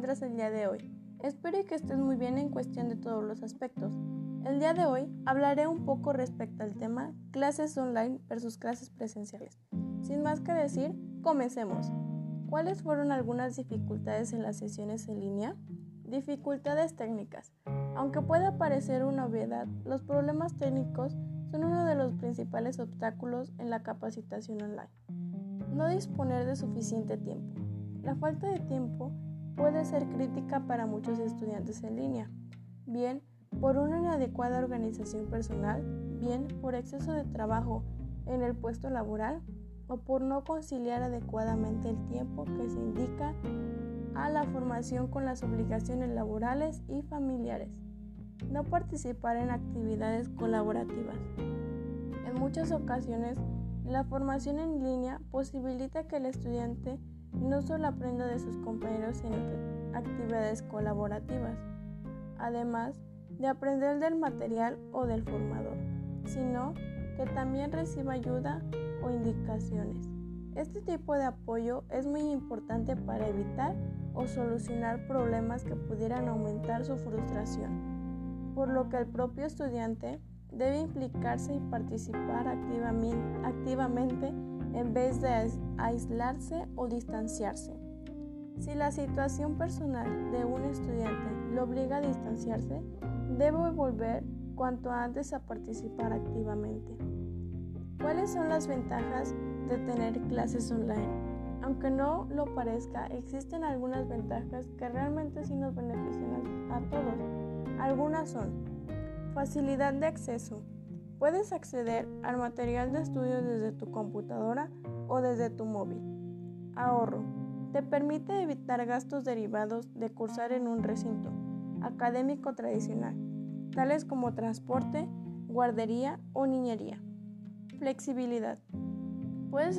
encuentras el día de hoy? Espero que estés muy bien en cuestión de todos los aspectos. El día de hoy hablaré un poco respecto al tema clases online versus clases presenciales. Sin más que decir, comencemos. ¿Cuáles fueron algunas dificultades en las sesiones en línea? Dificultades técnicas. Aunque pueda parecer una obviedad, los problemas técnicos son uno de los principales obstáculos en la capacitación online. No disponer de suficiente tiempo. La falta de tiempo puede ser crítica para muchos estudiantes en línea, bien por una inadecuada organización personal, bien por exceso de trabajo en el puesto laboral o por no conciliar adecuadamente el tiempo que se indica a la formación con las obligaciones laborales y familiares. No participar en actividades colaborativas. En muchas ocasiones, la formación en línea posibilita que el estudiante no solo aprenda de sus compañeros en actividades colaborativas, además de aprender del material o del formador, sino que también reciba ayuda o indicaciones. Este tipo de apoyo es muy importante para evitar o solucionar problemas que pudieran aumentar su frustración, por lo que el propio estudiante debe implicarse y participar activamente en vez de aislarse o distanciarse. Si la situación personal de un estudiante lo obliga a distanciarse, debe volver cuanto antes a participar activamente. ¿Cuáles son las ventajas de tener clases online? Aunque no lo parezca, existen algunas ventajas que realmente sí nos benefician a todos. Algunas son: facilidad de acceso. Puedes acceder al material de estudio desde tu computadora o desde tu móvil. Ahorro. Te permite evitar gastos derivados de cursar en un recinto académico tradicional, tales como transporte, guardería o niñería. Flexibilidad. Puedes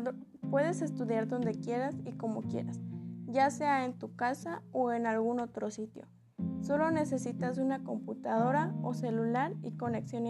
estudiar donde quieras y como quieras, ya sea en tu casa o en algún otro sitio. Solo necesitas una computadora o celular y conexión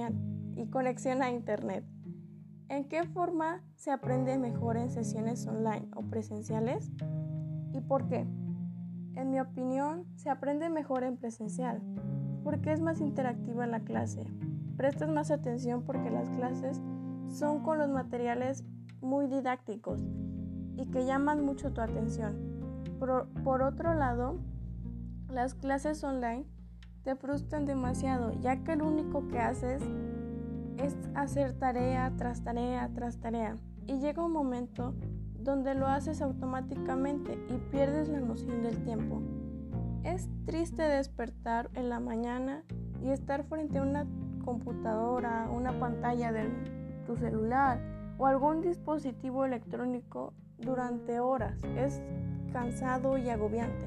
a internet. ¿En qué forma se aprende mejor en sesiones online o presenciales? ¿Y por qué? En mi opinión, se aprende mejor en presencial, porque es más interactiva la clase. Prestas más atención porque las clases son con los materiales muy didácticos y que llaman mucho tu atención. Por otro lado, las clases online te frustran demasiado, ya que lo único que haces es hacer tarea tras tarea tras tarea, y llega un momento donde lo haces automáticamente y pierdes la noción del tiempo. Es triste despertar en la mañana y estar frente a una computadora, una pantalla de tu celular o algún dispositivo electrónico durante horas. Es cansado y agobiante.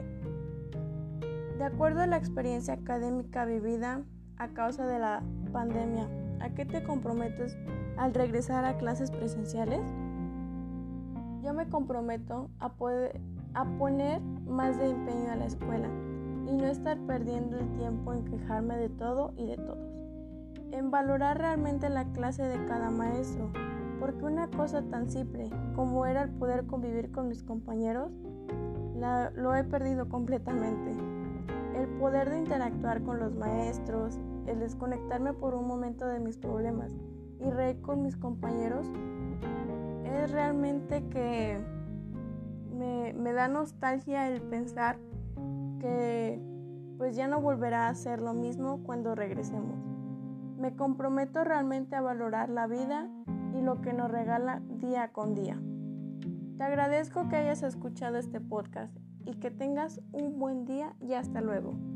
De acuerdo a la experiencia académica vivida a causa de la pandemia, ¿a qué te comprometes al regresar a clases presenciales? Yo me comprometo a poner más de empeño a la escuela y no estar perdiendo el tiempo en quejarme de todo y de todos. En valorar realmente la clase de cada maestro, porque una cosa tan simple como era el poder convivir con mis compañeros, lo he perdido completamente. El poder de interactuar con los maestros, el desconectarme por un momento de mis problemas y reír con mis compañeros, es realmente que me da nostalgia el pensar que pues ya no volverá a ser lo mismo cuando regresemos. Me comprometo realmente a valorar la vida y lo que nos regala día con día. Te agradezco que hayas escuchado este podcast y que tengas un buen día y hasta luego.